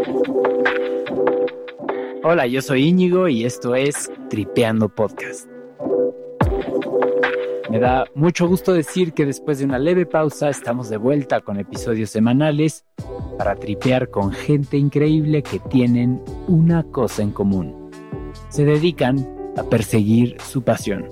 Hola, yo soy Íñigo y esto es Tripeando Podcast. Me da mucho gusto decir que después de una leve pausa estamos de vuelta con episodios semanales para tripear con gente increíble que tienen una cosa en común. Se dedican a perseguir su pasión.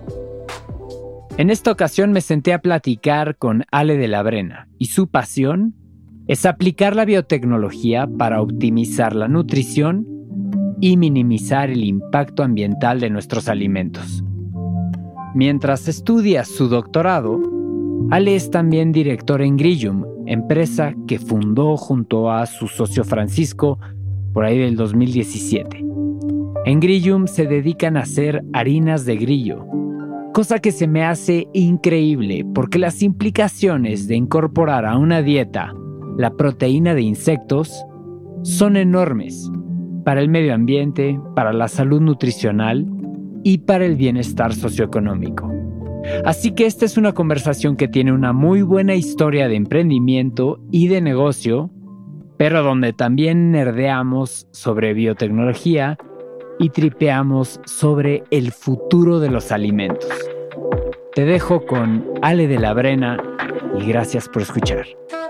En esta ocasión me senté a platicar con Ale de la Brena y su pasión es aplicar la biotecnología para optimizar la nutrición y minimizar el impacto ambiental de nuestros alimentos. Mientras estudia su doctorado, Ale es también director en Grillum, empresa que fundó junto a su socio Francisco por ahí del 2017. En Grillum se dedican a hacer harinas de grillo, cosa que se me hace increíble porque las implicaciones de incorporar a una dieta la proteína de insectos son enormes para el medio ambiente, para la salud nutricional y para el bienestar socioeconómico. Así que esta es una conversación que tiene una muy buena historia de emprendimiento y de negocio, pero donde también nerdeamos sobre biotecnología y tripeamos sobre el futuro de los alimentos. Te dejo con Ale de la Brena y gracias por escuchar.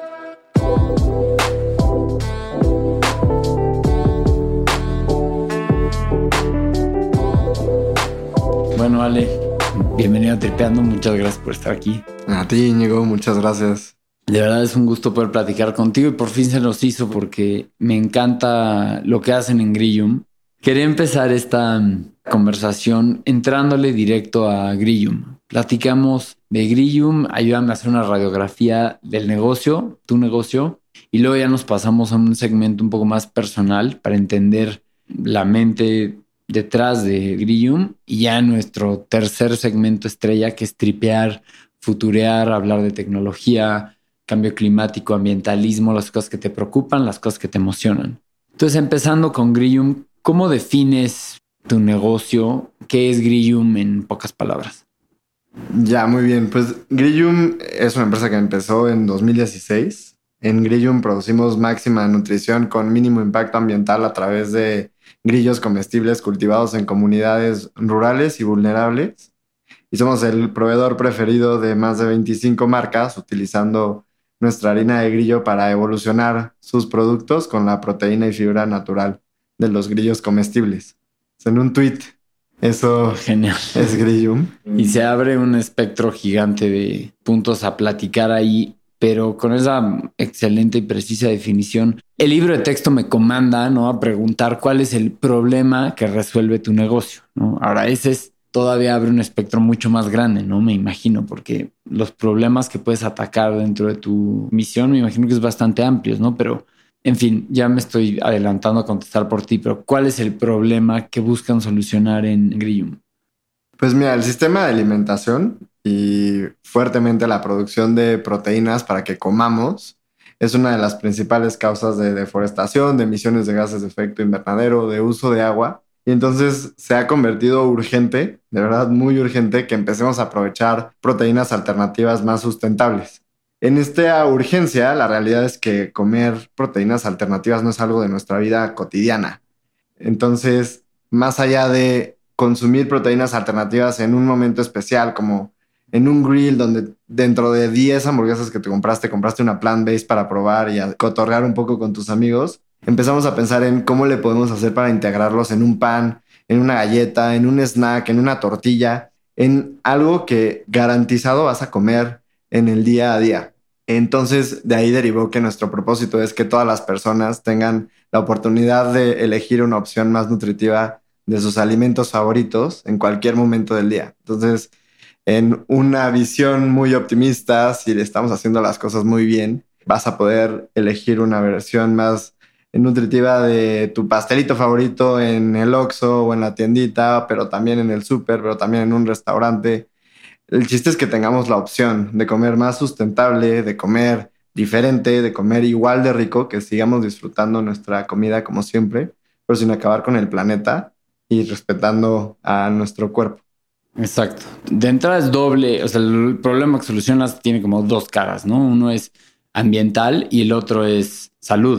Bueno, Ale, bienvenido a Tripeando, muchas gracias por estar aquí. A ti, Íñigo, muchas gracias. De verdad es un gusto poder platicar contigo y por fin se nos hizo porque me encanta lo que hacen en Grillum. Quería empezar esta conversación entrándole directo a Grillum. Platicamos de Grillum, ayúdame a hacer una radiografía del negocio, tu negocio, y luego ya nos pasamos a un segmento un poco más personal para entender la mente detrás de Grillum y ya nuestro tercer segmento estrella que es tripear, futurear, hablar de tecnología, cambio climático, ambientalismo, las cosas que te preocupan, las cosas que te emocionan. Entonces, empezando con Grillum, ¿cómo defines tu negocio? ¿Qué es Grillum en pocas palabras? Ya, muy bien. Pues Grillum es una empresa que empezó en 2016. En Grillum producimos máxima nutrición con mínimo impacto ambiental a través de grillos comestibles cultivados en comunidades rurales y vulnerables. Y somos el proveedor preferido de más de 25 marcas utilizando nuestra harina de grillo para evolucionar sus productos con la proteína y fibra natural de los grillos comestibles. En un tweet, eso Genial. Es Grillum. Y se abre un espectro gigante de puntos a platicar ahí, pero con esa excelente y precisa definición, el libro de texto me comanda, ¿no?, a preguntar cuál es el problema que resuelve tu negocio, ¿no? Ahora, todavía abre un espectro mucho más grande, ¿no? Me imagino, porque los problemas que puedes atacar dentro de tu misión, me imagino que es bastante amplios, ¿no? Pero, en fin, ya me estoy adelantando a contestar por ti, pero ¿cuál es el problema que buscan solucionar en Grillum? Pues mira, el sistema de alimentación y fuertemente la producción de proteínas para que comamos es una de las principales causas de deforestación, de emisiones de gases de efecto invernadero, de uso de agua. Y entonces se ha convertido urgente, de verdad muy urgente, que empecemos a aprovechar proteínas alternativas más sustentables. En esta urgencia, la realidad es que comer proteínas alternativas no es algo de nuestra vida cotidiana. Entonces, más allá de consumir proteínas alternativas en un momento especial, como en un grill donde dentro de 10 hamburguesas que te compraste una plant-based para probar y a cotorrear un poco con tus amigos, empezamos a pensar en cómo le podemos hacer para integrarlos en un pan, en una galleta, en un snack, en una tortilla, en algo que garantizado vas a comer en el día a día. Entonces, de ahí derivó que nuestro propósito es que todas las personas tengan la oportunidad de elegir una opción más nutritiva de sus alimentos favoritos en cualquier momento del día. Entonces, en una visión muy optimista, si le estamos haciendo las cosas muy bien, vas a poder elegir una versión más nutritiva de tu pastelito favorito en el Oxxo o en la tiendita, pero también en el súper, pero también en un restaurante. El chiste es que tengamos la opción de comer más sustentable, de comer diferente, de comer igual de rico, que sigamos disfrutando nuestra comida como siempre, pero sin acabar con el planeta y respetando a nuestro cuerpo. Exacto. De entrada es doble, o sea, el problema que solucionas tiene como dos caras, ¿no? Uno es ambiental y el otro es salud.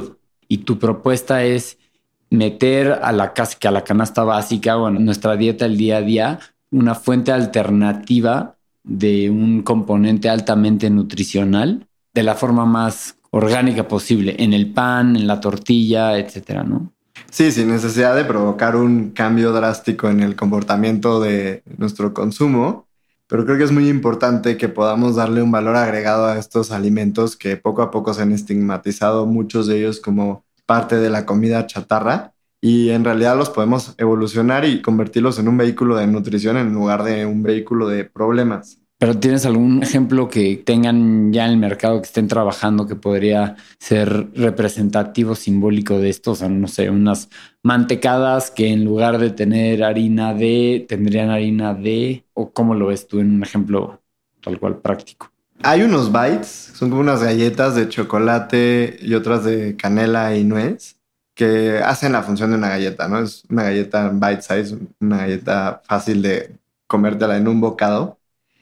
y tu propuesta es meter a la canasta básica o en nuestra dieta el día a día una fuente alternativa de un componente altamente nutricional de la forma más orgánica posible, en el pan, en la tortilla, etcétera, ¿no? Sí, sin necesidad de provocar un cambio drástico en el comportamiento de nuestro consumo, pero creo que es muy importante que podamos darle un valor agregado a estos alimentos que poco a poco se han estigmatizado, muchos de ellos como parte de la comida chatarra, y en realidad los podemos evolucionar y convertirlos en un vehículo de nutrición en lugar de un vehículo de problemas. ¿Pero tienes algún ejemplo que tengan ya en el mercado que estén trabajando que podría ser representativo, simbólico de esto? O sea, no sé, unas mantecadas que en lugar de tener harina de, tendrían harina de, ¿o cómo lo ves tú en un ejemplo tal cual práctico? Hay unos bites, son como unas galletas de chocolate y otras de canela y nuez que hacen la función de una galleta, ¿no? Es una galleta bite size, una galleta fácil de comértela en un bocado.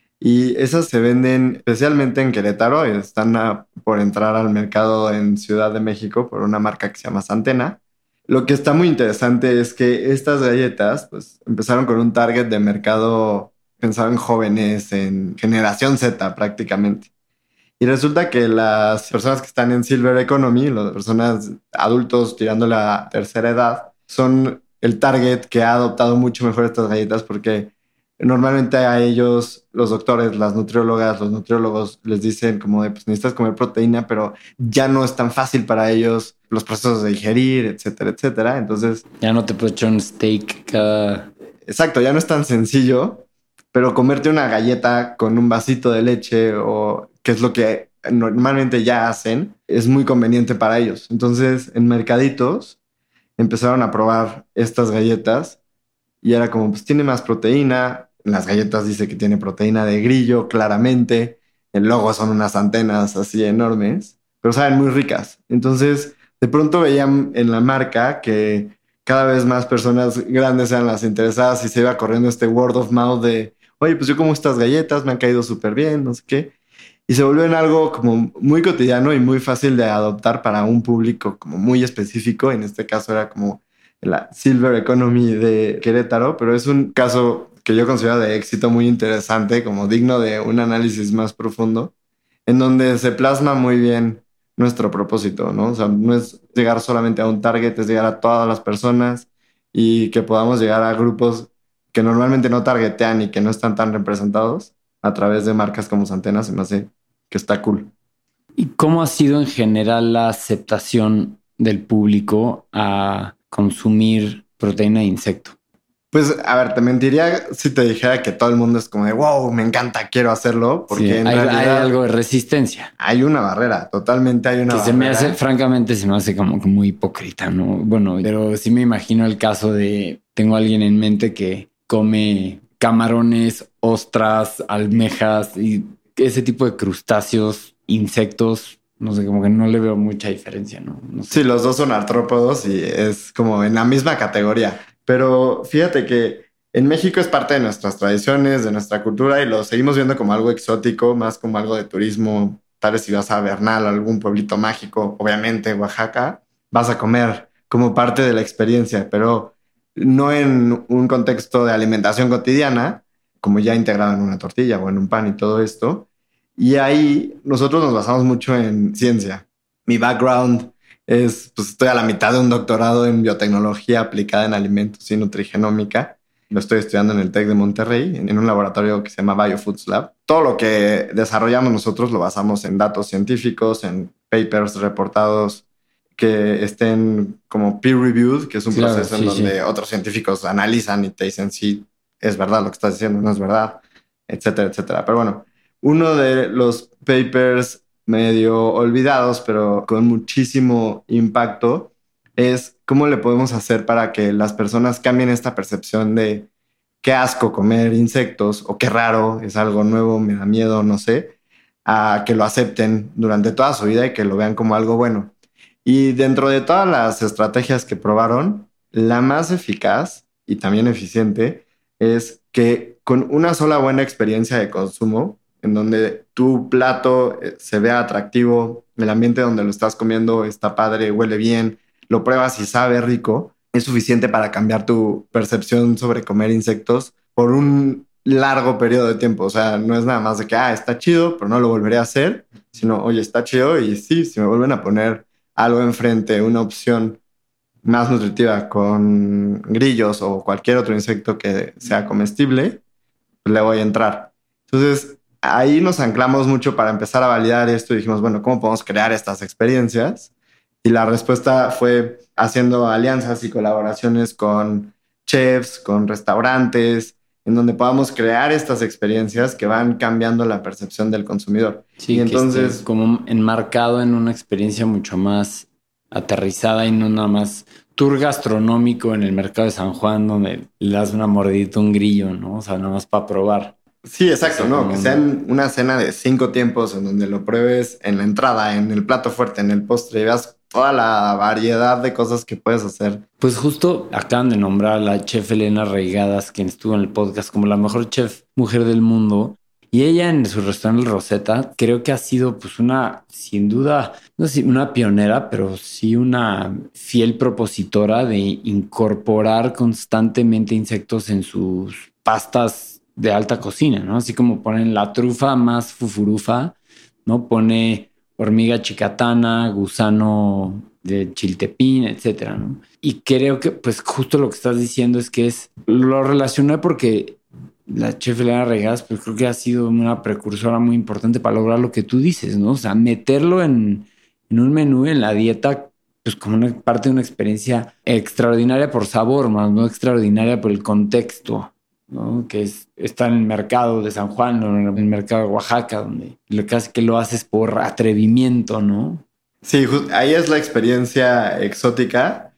Y esas se venden especialmente en Querétaro. Están por entrar al mercado en Ciudad de México por una marca que se llama Santena. Lo que está muy interesante es que estas galletas pues, empezaron con un target de mercado pensado en jóvenes, en generación Z prácticamente. Y resulta que las personas que están en Silver Economy, las personas adultos tirando la tercera edad, son el target que ha adoptado mucho mejor estas galletas porque normalmente a ellos, los doctores, las nutriólogas, los nutriólogos les dicen como de, pues necesitas comer proteína, pero ya no es tan fácil para ellos los procesos de digerir, etcétera, etcétera. Entonces... Ya no te puedes echar un steak cada... Exacto, ya no es tan sencillo, pero comerte una galleta con un vasito de leche o que es lo que normalmente ya hacen, es muy conveniente para ellos. Entonces, en mercaditos empezaron a probar estas galletas y era como, pues tiene más proteína. En las galletas dice que tiene proteína de grillo, claramente. El logo son unas antenas así enormes, pero saben muy ricas. Entonces, de pronto veían en la marca que cada vez más personas grandes eran las interesadas y se iba corriendo este word of mouth de, oye, pues yo como estas galletas, me han caído súper bien, no sé qué. Y se volvió en algo como muy cotidiano y muy fácil de adoptar para un público como muy específico. En este caso era como la Silver Economy de Querétaro, pero es un caso que yo considero de éxito muy interesante, como digno de un análisis más profundo, en donde se plasma muy bien nuestro propósito, ¿no? O sea, no es llegar solamente a un target, es llegar a todas las personas y que podamos llegar a grupos que normalmente no targetean y que no están tan representados a través de marcas como Santena. Se me hace que está cool. ¿Y cómo ha sido en general la aceptación del público a consumir proteína de insecto? Pues, a ver, te mentiría si te dijera que todo el mundo es como de, wow, me encanta, quiero hacerlo, porque sí, en realidad hay algo de resistencia. Hay una barrera, totalmente hay una que barrera. Se me hace, francamente, se me hace como que muy hipócrita, ¿no? Bueno, pero sí me imagino el caso de, tengo a alguien en mente que come camarones, ostras, almejas y ese tipo de crustáceos, insectos, no sé, como que no le veo mucha diferencia, ¿no? No sé. Sí, los dos son artrópodos y es como en la misma categoría. Pero fíjate que en México es parte de nuestras tradiciones, de nuestra cultura y lo seguimos viendo como algo exótico, más como algo de turismo. Tal vez si vas a Bernal, a algún pueblito mágico, obviamente Oaxaca, vas a comer como parte de la experiencia, pero no en un contexto de alimentación cotidiana, como ya integrado en una tortilla o en un pan y todo esto. Y ahí nosotros nos basamos mucho en ciencia. Mi background es, pues estoy a la mitad de un doctorado en biotecnología aplicada en alimentos y nutrigenómica. Lo estoy estudiando en el TEC de Monterrey, en un laboratorio que se llama BioFoods Lab. Todo lo que desarrollamos nosotros lo basamos en datos científicos, en papers reportados que estén como peer-reviewed, que es un proceso en donde otros científicos analizan y te dicen si es verdad lo que estás diciendo, no es verdad, etcétera, etcétera. Pero bueno, uno de los papers medio olvidados, pero con muchísimo impacto, es cómo le podemos hacer para que las personas cambien esta percepción de qué asco comer insectos o qué raro, es algo nuevo, me da miedo, no sé, a que lo acepten durante toda su vida y que lo vean como algo bueno. Y dentro de todas las estrategias que probaron, la más eficaz y también eficiente es que con una sola buena experiencia de consumo en donde tu plato se vea atractivo, el ambiente donde lo estás comiendo está padre, huele bien, lo pruebas y sabe rico, es suficiente para cambiar tu percepción sobre comer insectos por un largo periodo de tiempo. O sea, no es nada más de que, está chido, pero no lo volveré a hacer, sino, oye, está chido y sí, si me vuelven a poner algo enfrente, una opción más nutritiva con grillos o cualquier otro insecto que sea comestible, pues le voy a entrar. Entonces, ahí nos anclamos mucho para empezar a validar esto y dijimos, bueno, ¿cómo podemos crear estas experiencias? Y la respuesta fue haciendo alianzas y colaboraciones con chefs, con restaurantes, en donde podamos crear estas experiencias que van cambiando la percepción del consumidor. Sí, y que entonces, esté como enmarcado en una experiencia mucho más aterrizada y no nada más tour gastronómico en el mercado de San Juan donde le das una mordidita a un grillo, ¿no? O sea, nada más para probar. sí, exacto, Eso ¿no? como Que sean una cena de 5 tiempos en donde lo pruebes en la entrada, en el plato fuerte, en el postre y veas toda la variedad de cosas que puedes hacer. Pues justo acaban de nombrar a la chef Elena Reigadas, quien estuvo en el podcast como la mejor chef mujer del mundo. Y ella en su restaurante Rosetta creo que ha sido pues una, sin duda, no sé si una pionera, pero sí una fiel propositora de incorporar constantemente insectos en sus pastas de alta cocina, ¿no? Así como ponen la trufa más fufurufa, ¿no? Pone hormiga chicatana, gusano de chiltepín, etcétera, ¿no? Y creo que pues justo lo que estás diciendo es que lo relacioné porque la chef Elena Regas, pues creo que ha sido una precursora muy importante para lograr lo que tú dices, ¿no? O sea, meterlo en un menú, en la dieta, pues como una parte de una experiencia extraordinaria por sabor, más no extraordinaria por el contexto, ¿no? Que está en el mercado de San Juan o en el mercado de Oaxaca, donde casi que lo haces por atrevimiento, ¿no? Sí, ahí es la experiencia exótica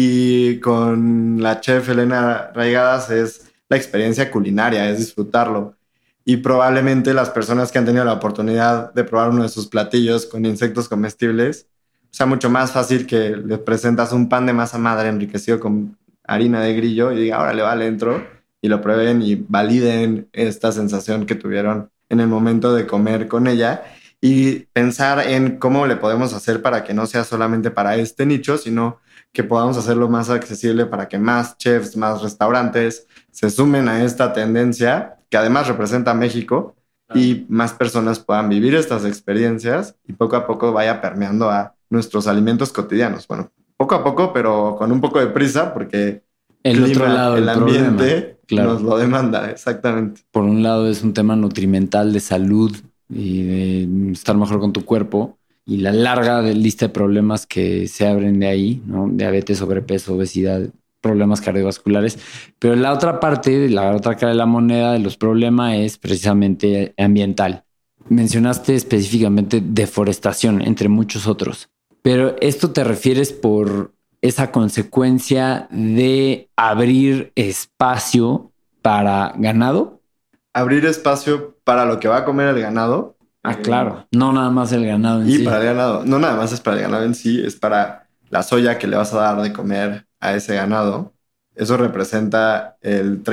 y con la chef Elena Raigadas es la experiencia culinaria, es disfrutarlo. Y probablemente las personas que han tenido la oportunidad de probar uno de sus platillos con insectos comestibles, sea mucho más fácil que les presentas un pan de masa madre enriquecido con harina de grillo y diga, órale, vale, entro, y lo prueben y validen esta sensación que tuvieron en el momento de comer con ella y pensar en cómo le podemos hacer para que no sea solamente para este nicho, sino que podamos hacerlo más accesible para que más chefs, más restaurantes se sumen a esta tendencia que además representa a México y más personas puedan vivir estas experiencias y poco a poco vaya permeando a nuestros alimentos cotidianos. Bueno, poco a poco, pero con un poco de prisa porque el otro lado, el ambiente problema, claro, nos lo demanda, exactamente. Por un lado es un tema nutrimental de salud y de estar mejor con tu cuerpo y la larga lista de problemas que se abren de ahí, ¿no? Diabetes, sobrepeso, obesidad, problemas cardiovasculares. Pero la otra parte, la otra cara de la moneda de los problemas es precisamente ambiental. Mencionaste específicamente deforestación, entre muchos otros. Pero esto te refieres por esa consecuencia de abrir espacio para ganado. Abrir espacio para lo que va a comer el ganado. Claro. No nada más el ganado en sí. Y para el ganado. No nada más es para el ganado en sí, es para la soya que le vas a dar de comer a ese ganado. Eso representa el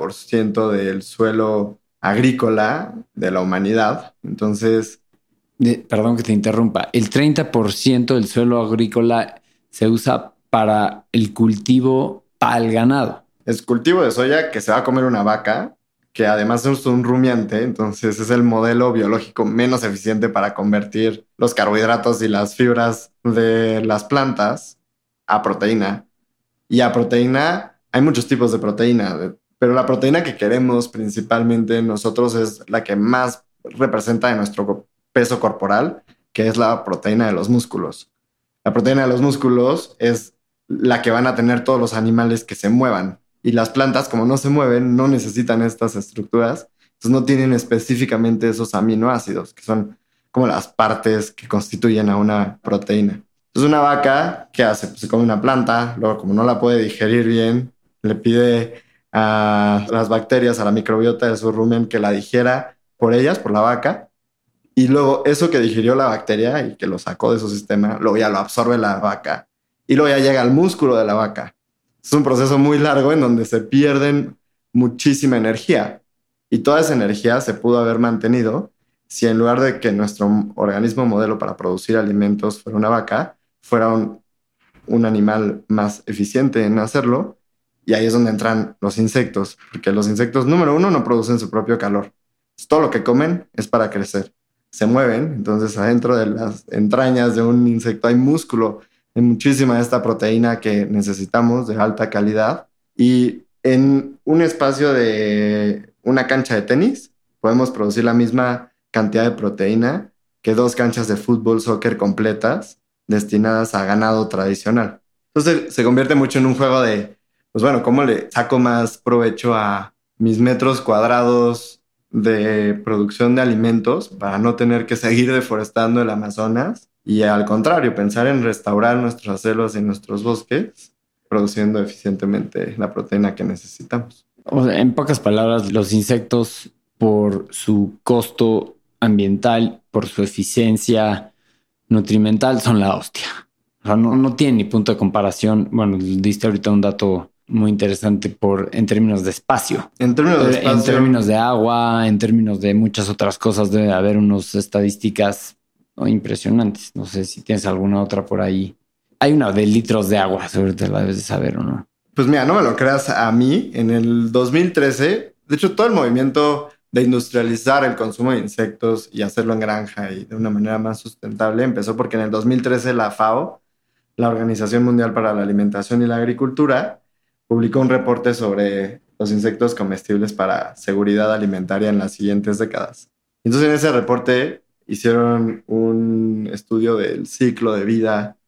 30% del suelo agrícola de la humanidad. Entonces... Perdón que te interrumpa. El 30% del suelo agrícola se usa para el cultivo para el ganado. Es cultivo de soya que se va a comer una vaca, que además es un rumiante, entonces es el modelo biológico menos eficiente para convertir los carbohidratos y las fibras de las plantas a proteína. Y a proteína, hay muchos tipos de proteína, pero la proteína que queremos principalmente nosotros es la que más representa de nuestro peso corporal, que es la proteína de los músculos. La proteína de los músculos es la que van a tener todos los animales que se muevan. Y las plantas, como no se mueven, no necesitan estas estructuras. Entonces no tienen específicamente esos aminoácidos, que son como las partes que constituyen a una proteína. Entonces una vaca, ¿qué hace? Pues se come una planta, luego como no la puede digerir bien, le pide a las bacterias, a la microbiota de su rumen que la digiera por ellas, por la vaca. Y luego eso que digirió la bacteria y que lo sacó de su sistema, luego ya lo absorbe la vaca. Y luego ya llega al músculo de la vaca. Es un proceso muy largo en donde se pierden muchísima energía. Y toda esa energía se pudo haber mantenido si en lugar de que nuestro organismo modelo para producir alimentos fuera una vaca, fuera un animal más eficiente en hacerlo. Y ahí es donde entran los insectos, porque los insectos, número uno, no producen su propio calor. Todo lo que comen es para crecer. Se mueven, entonces adentro de las entrañas de un insecto hay músculo, hay muchísima de esta proteína que necesitamos de alta calidad. Y en un espacio de una cancha de tenis, podemos producir la misma cantidad de proteína que 2 canchas de fútbol, soccer completas destinadas a ganado tradicional. Entonces se convierte mucho en un juego de, pues bueno, ¿cómo le saco más provecho a mis metros cuadrados de producción de alimentos para no tener que seguir deforestando el Amazonas? Y al contrario, pensar en restaurar nuestras selvas y nuestros bosques, produciendo eficientemente la proteína que necesitamos. O sea, en pocas palabras, los insectos, por su costo ambiental, por su eficiencia nutrimental, son la hostia. O sea, no tienen ni punto de comparación. Bueno, diste ahorita un dato muy interesante en términos de espacio. En términos de espacio. En términos de agua, en términos de muchas otras cosas, debe haber unas estadísticas impresionantes. No sé si tienes alguna otra por ahí. Hay una de litros de agua, sobre todo la debes de saber o no. Pues mira, no me lo creas, a mí, en el 2013, de hecho todo el movimiento de industrializar el consumo de insectos y hacerlo en granja y de una manera más sustentable empezó porque en el 2013 la FAO, la Organización Mundial para la Alimentación y la Agricultura, publicó un reporte sobre los insectos comestibles para seguridad alimentaria en las siguientes décadas. Entonces en ese reporte hicieron un estudio del ciclo de vida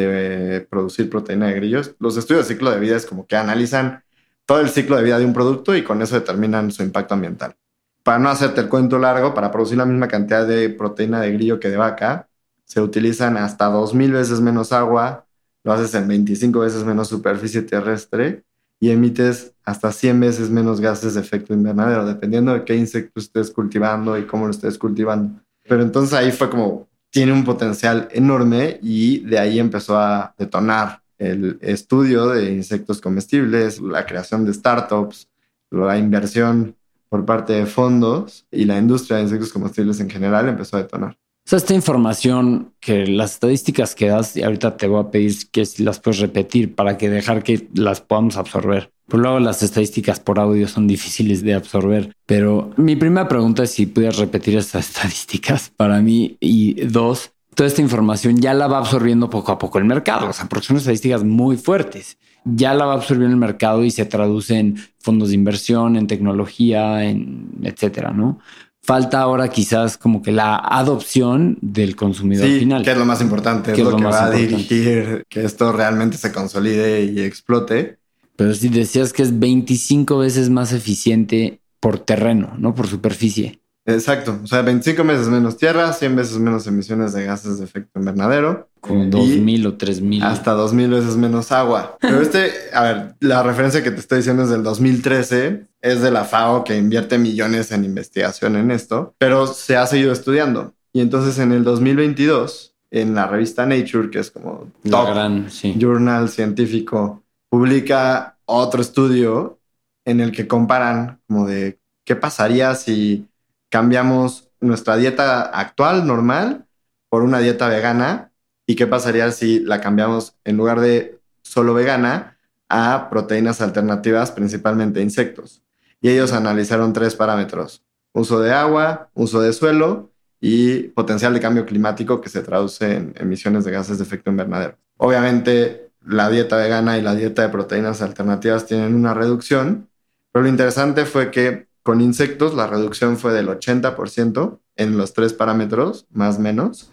de producir proteína de grillos. Los estudios de ciclo de vida es como que analizan todo el ciclo de vida de un producto y con eso determinan su impacto ambiental. Para no hacerte el cuento largo, para producir la misma cantidad de proteína de grillo que de vaca, se utilizan hasta 2000 veces menos agua, lo haces en 25 veces menos superficie terrestre y emites hasta 100 veces menos gases de efecto invernadero, dependiendo de qué insecto estés cultivando y cómo lo estés cultivando. Pero entonces ahí fue como, tiene un potencial enorme y de ahí empezó a detonar el estudio de insectos comestibles, la creación de startups, la inversión por parte de fondos y la industria de insectos comestibles en general empezó a detonar. O sea, esta información que las estadísticas que das, y ahorita te voy a pedir que si las puedes repetir para que dejar que las podamos absorber. Por luego las estadísticas por audio son difíciles de absorber, pero mi primera pregunta es si pudieras repetir estas estadísticas para mí y dos, toda esta información ya la va absorbiendo poco a poco el mercado, o sea, porque son estadísticas muy fuertes. Ya la va absorbiendo el mercado y se traduce en fondos de inversión, en tecnología, en etcétera, ¿no? Falta ahora quizás como que la adopción del consumidor final. Que es lo más importante, es lo que va a dirigir que esto realmente se consolide y explote. Pero si decías que es 25 veces más eficiente por terreno, no por superficie. Exacto, o sea, 25 veces menos tierra, 100 veces menos emisiones de gases de efecto invernadero. Como 2000 o 3000. Hasta 2000 veces menos agua. Pero a ver, la referencia que te estoy diciendo es del 2013, es de la FAO que invierte millones en investigación en esto, pero se ha seguido estudiando. Y entonces en el 2022, en la revista Nature, que es como top journal científico, publica otro estudio en el que comparan como de qué pasaría si cambiamos nuestra dieta actual, normal, por una dieta vegana y qué pasaría si la cambiamos en lugar de solo vegana a proteínas alternativas, principalmente insectos. Y ellos analizaron 3 parámetros: uso de agua, uso de suelo y potencial de cambio climático que se traduce en emisiones de gases de efecto invernadero. Obviamente, la dieta vegana y la dieta de proteínas alternativas tienen una reducción, pero lo interesante fue que con insectos la reducción fue del 80% en los 3 parámetros, más o menos,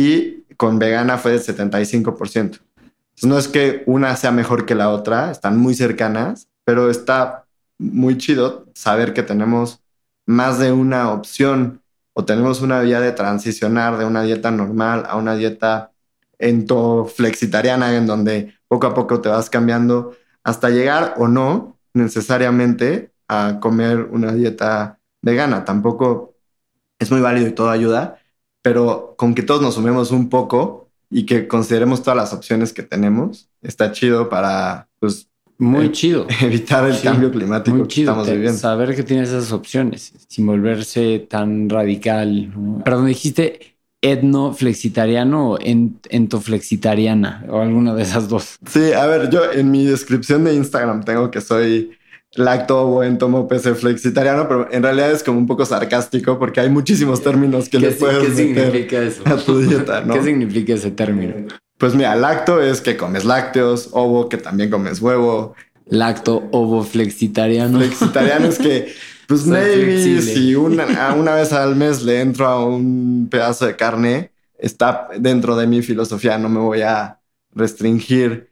y con vegana fue del 75%. Entonces no es que una sea mejor que la otra, están muy cercanas, pero está muy chido saber que tenemos más de una opción o tenemos una vía de transicionar de una dieta normal a una dieta flexitariana en donde poco a poco te vas cambiando hasta llegar o no necesariamente a comer una dieta vegana. Tampoco es muy válido y todo ayuda, pero con que todos nos sumemos un poco y que consideremos todas las opciones que tenemos, está chido para pues Muy chido. evitar el cambio climático muy que chido estamos viviendo. Saber que tienes esas opciones sin volverse tan radical, ¿no? Perdón, dijiste etno-flexitariano o entoflexitariana o alguna de esas dos. Sí, a ver, yo en mi descripción de Instagram tengo que soy lacto o entomo PC flexitariano, pero en realidad es como un poco sarcástico porque hay muchísimos términos que le puedes ¿Qué meter significa eso? a tu dieta, ¿no? ¿Qué significa ese término? Pues mira, lacto es que comes lácteos, ovo que también comes huevo. Lacto ovo flexitariano. Flexitariano es que, pues Soy maybe flexible. si una vez al mes le entro a un pedazo de carne, está dentro de mi filosofía, no me voy a restringir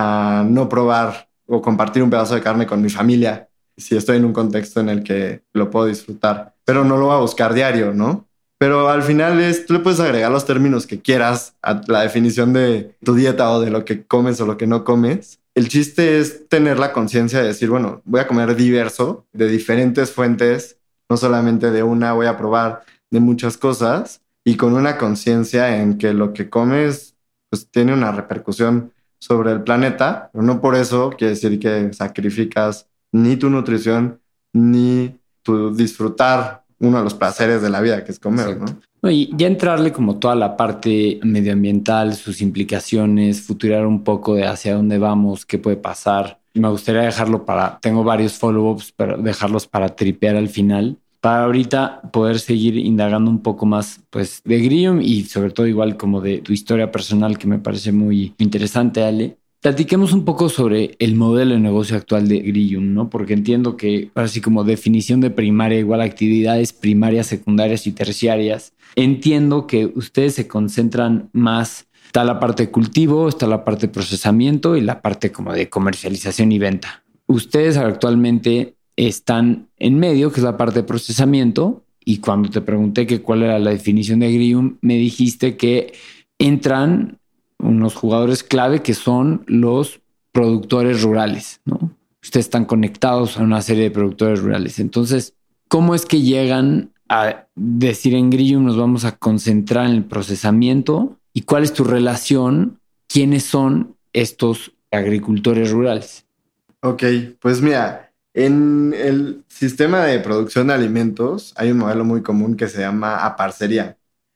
a no probar o compartir un pedazo de carne con mi familia si estoy en un contexto en el que lo puedo disfrutar, pero no lo voy a buscar diario, ¿no? Pero al final tú le puedes agregar los términos que quieras a la definición de tu dieta o de lo que comes o lo que no comes. El chiste es tener la conciencia de decir, bueno, voy a comer diverso, de diferentes fuentes, no solamente de una, voy a probar de muchas cosas y con una conciencia en que lo que comes pues tiene una repercusión sobre el planeta, pero no por eso quiere decir que sacrificas ni tu nutrición ni tu disfrutar uno de los placeres de la vida, que es comer, Exacto. ¿no? Y ya entrarle como toda la parte medioambiental, sus implicaciones, futurar un poco de hacia dónde vamos, qué puede pasar. Me gustaría dejarlo tengo varios follow-ups, pero dejarlos para tripear al final. Para ahorita poder seguir indagando un poco más pues de Grillum y sobre todo igual como de tu historia personal que me parece muy interesante, Ale. Platiquemos un poco sobre el modelo de negocio actual de Grillum, ¿no? Porque entiendo que así como definición de primaria igual actividades primarias, secundarias y terciarias, entiendo que ustedes se concentran más, está la parte de cultivo, está la parte de procesamiento y la parte como de comercialización y venta. Ustedes actualmente están en medio, que es la parte de procesamiento, y cuando te pregunté que cuál era la definición de Grillum, me dijiste que entran unos jugadores clave que son los productores rurales, ¿no? Ustedes están conectados a una serie de productores rurales. Entonces, ¿cómo es que llegan a decir en Grillum nos vamos a concentrar en el procesamiento? ¿Y cuál es tu relación? ¿Quiénes son estos agricultores rurales? Ok, pues mira, en el sistema de producción de alimentos hay un modelo muy común que se llama aparcería.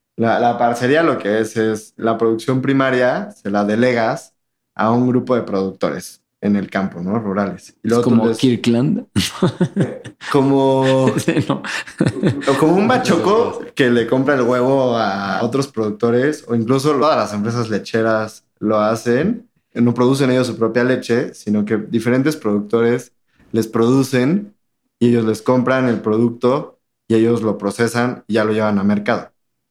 La parcería lo que es la producción primaria, se la delegas a un grupo de productores en el campo, ¿no? Rurales. Y Es como Kirkland. Como, Sí, no. o como un bachoco que le compra el huevo a otros productores, o incluso todas las empresas lecheras lo hacen. No producen ellos su propia leche, sino que diferentes productores les producen y ellos les compran el producto y ellos lo procesan y ya lo llevan a mercado.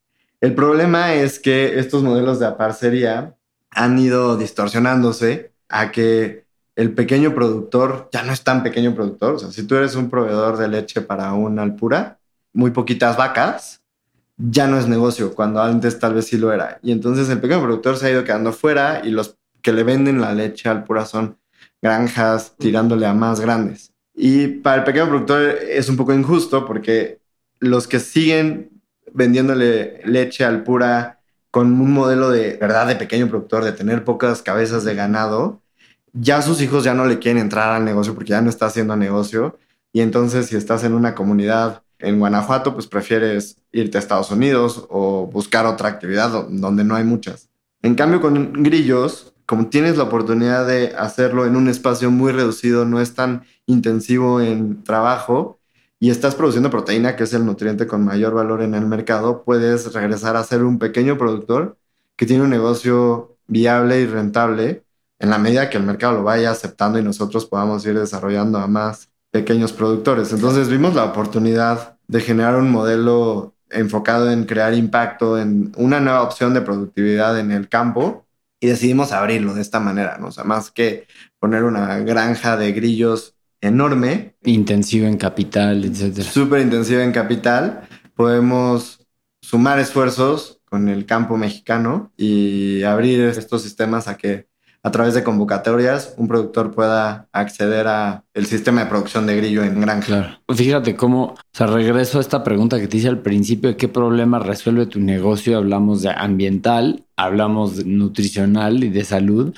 El problema es que estos modelos de aparcería han ido distorsionándose a que el pequeño productor ya no es tan pequeño productor. O sea, si tú eres un proveedor de leche para una alpura, muy poquitas vacas, ya no es negocio, cuando antes tal vez sí lo era. Y entonces el pequeño productor se ha ido quedando fuera y los que le venden la leche alpura son granjas tirándole a más grandes. Y para el pequeño productor es un poco injusto porque los que siguen vendiéndole leche al pura con un modelo de verdad de pequeño productor, de tener pocas cabezas de ganado, ya sus hijos ya no le quieren entrar al negocio porque ya no está haciendo negocio. Y entonces si estás en una comunidad en Guanajuato, pues prefieres irte a Estados Unidos o buscar otra actividad donde no hay muchas. En cambio, con grillos, como tienes la oportunidad de hacerlo en un espacio muy reducido, no es tan intensivo en trabajo, y estás produciendo proteína, que es el nutriente con mayor valor en el mercado, puedes regresar a ser un pequeño productor que tiene un negocio viable y rentable en la medida que el mercado lo vaya aceptando y nosotros podamos ir desarrollando a más pequeños productores. Entonces vimos la oportunidad de generar un modelo enfocado en crear impacto, en una nueva opción de productividad en el campo, y decidimos abrirlo de esta manera, ¿no? O sea, más que poner una granja de grillos enorme, intensivo en capital, etcétera. Súper intensiva en capital. Podemos sumar esfuerzos con el campo mexicano y abrir estos sistemas a que a través de convocatorias un productor pueda acceder a el sistema de producción de grillo en granja. Claro. Fíjate cómo, o sea, regreso a esta pregunta que te hice al principio de qué problema resuelve tu negocio. Hablamos de ambiental, hablamos de nutricional y de salud.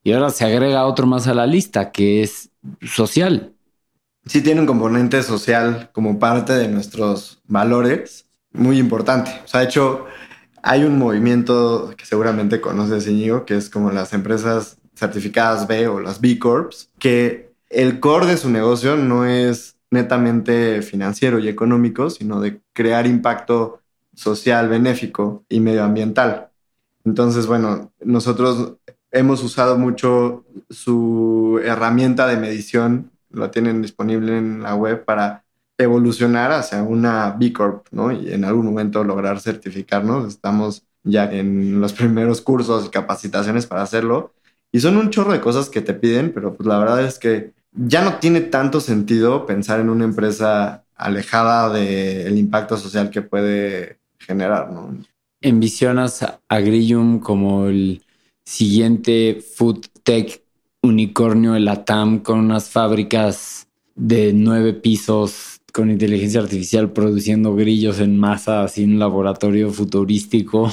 Y ahora se agrega otro más a la lista, que es social. Sí tiene un componente social como parte de nuestros valores muy importante. O sea, de hecho, hay un movimiento que seguramente conoces, Íñigo, que es como las empresas certificadas B o las B Corps, que el core de su negocio no es netamente financiero y económico, sino de crear impacto social, benéfico y medioambiental. Entonces, bueno, nosotros hemos usado mucho su herramienta de medición, la tienen disponible en la web para evolucionar hacia una B Corp, ¿no? Y en algún momento lograr certificarnos. Estamos ya en los primeros cursos y capacitaciones para hacerlo. Y son un chorro de cosas que te piden, pero pues la verdad es que ya no tiene tanto sentido pensar en una empresa alejada del impacto social que puede generar, ¿no? ¿Envisionas a Grillum como el siguiente food tech unicornio de la TAM con unas fábricas de 9 pisos con inteligencia artificial produciendo grillos en masa, así en un laboratorio futurístico?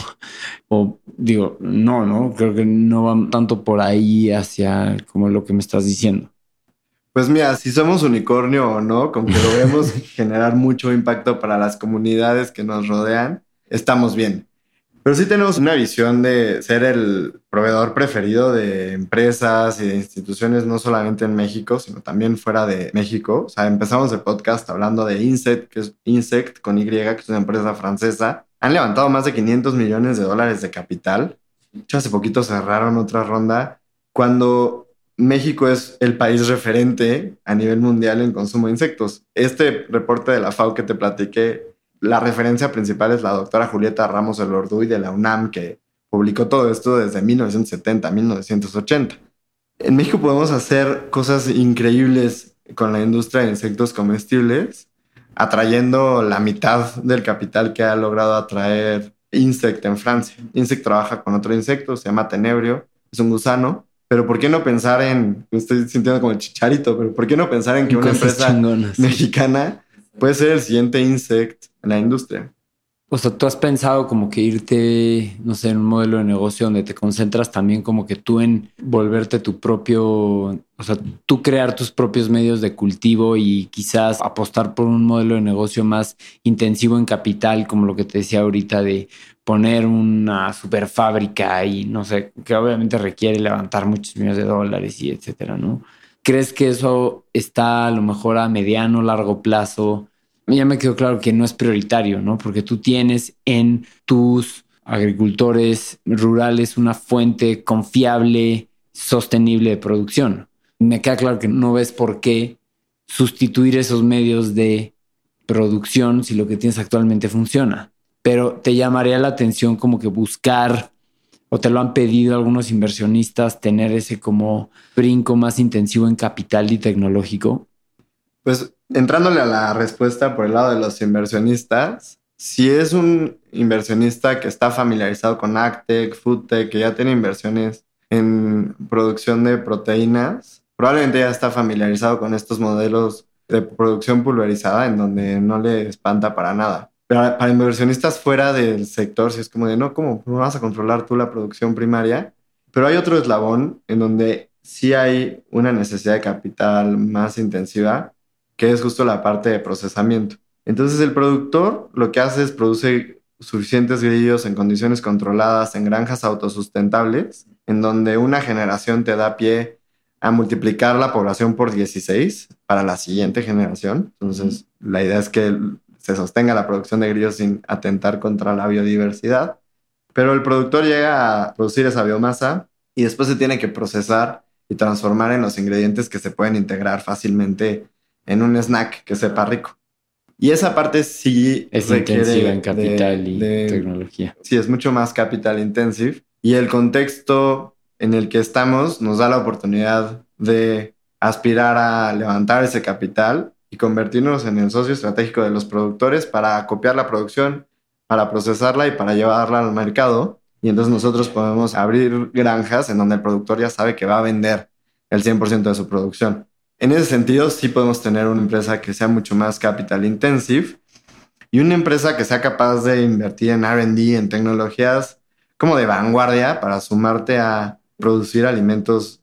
O digo, no, creo que no van tanto por ahí hacia como lo que me estás diciendo. Pues mira, si somos unicornio o no, con que logremos generar mucho impacto para las comunidades que nos rodean, estamos bien. Pero sí tenemos una visión de ser el proveedor preferido de empresas y de instituciones, no solamente en México, sino también fuera de México. O sea, empezamos el podcast hablando de Insect, que es Insect con Y, que es una empresa francesa. Han levantado más de $500 millones de capital. De hecho, hace poquito cerraron otra ronda. Cuando México es el país referente a nivel mundial en consumo de insectos. Este reporte de la FAO que te platiqué, la referencia principal es la doctora Julieta Ramos Elorduy de la UNAM, que publicó todo esto desde 1970 a 1980. En México podemos hacer cosas increíbles con la industria de insectos comestibles, atrayendo la mitad del capital que ha logrado atraer Insect en Francia. Insect trabaja con otro insecto, se llama tenebrio, es un gusano. Pero ¿por qué no pensar en, me estoy sintiendo como el Chicharito, pero ¿por qué no pensar en que una empresa chingonas mexicana puede ser el siguiente Insect en la industria? O sea, tú has pensado como que irte, no sé, en un modelo de negocio donde te concentras también como que tú en volverte tu propio, o sea, tú crear tus propios medios de cultivo y quizás apostar por un modelo de negocio más intensivo en capital, como lo que te decía ahorita de poner una super fábrica y no sé, que obviamente requiere levantar muchos millones de dólares y etcétera, ¿no? ¿Crees que eso está a lo mejor a mediano, largo plazo? Ya me quedó claro que no es prioritario, ¿no? Porque tú tienes en tus agricultores rurales una fuente confiable, sostenible de producción. Me queda claro que no ves por qué sustituir esos medios de producción si lo que tienes actualmente funciona. Pero te llamaría la atención como que buscar, o te lo han pedido algunos inversionistas, tener ese como brinco más intensivo en capital y tecnológico. Pues entrándole a la respuesta por el lado de los inversionistas, si es un inversionista que está familiarizado con AgTech, FoodTech, que ya tiene inversiones en producción de proteínas, probablemente ya está familiarizado con estos modelos de producción pulverizada en donde no le espanta para nada. Pero para inversionistas fuera del sector, si es como de, no, ¿cómo no vas a controlar tú la producción primaria? Pero hay otro eslabón en donde sí hay una necesidad de capital más intensiva, que es justo la parte de procesamiento. Entonces el productor lo que hace es produce suficientes grillos en condiciones controladas en granjas autosustentables, en donde una generación te da pie a multiplicar la población por 16 para la siguiente generación. Entonces la idea es que se sostenga la producción de grillos sin atentar contra la biodiversidad. Pero el productor llega a producir esa biomasa y después se tiene que procesar y transformar en los ingredientes que se pueden integrar fácilmente en un snack que sepa rico. Y esa parte sí es intensiva en capital y tecnología. Sí, es mucho más capital intensive. Y el contexto en el que estamos nos da la oportunidad de aspirar a levantar ese capital y convertirnos en el socio estratégico de los productores para copiar la producción, para procesarla y para llevarla al mercado. Y entonces nosotros podemos abrir granjas en donde el productor ya sabe que va a vender el 100% de su producción. En ese sentido, sí podemos tener una empresa que sea mucho más capital intensive y una empresa que sea capaz de invertir en R&D, en tecnologías como de vanguardia para sumarte a producir alimentos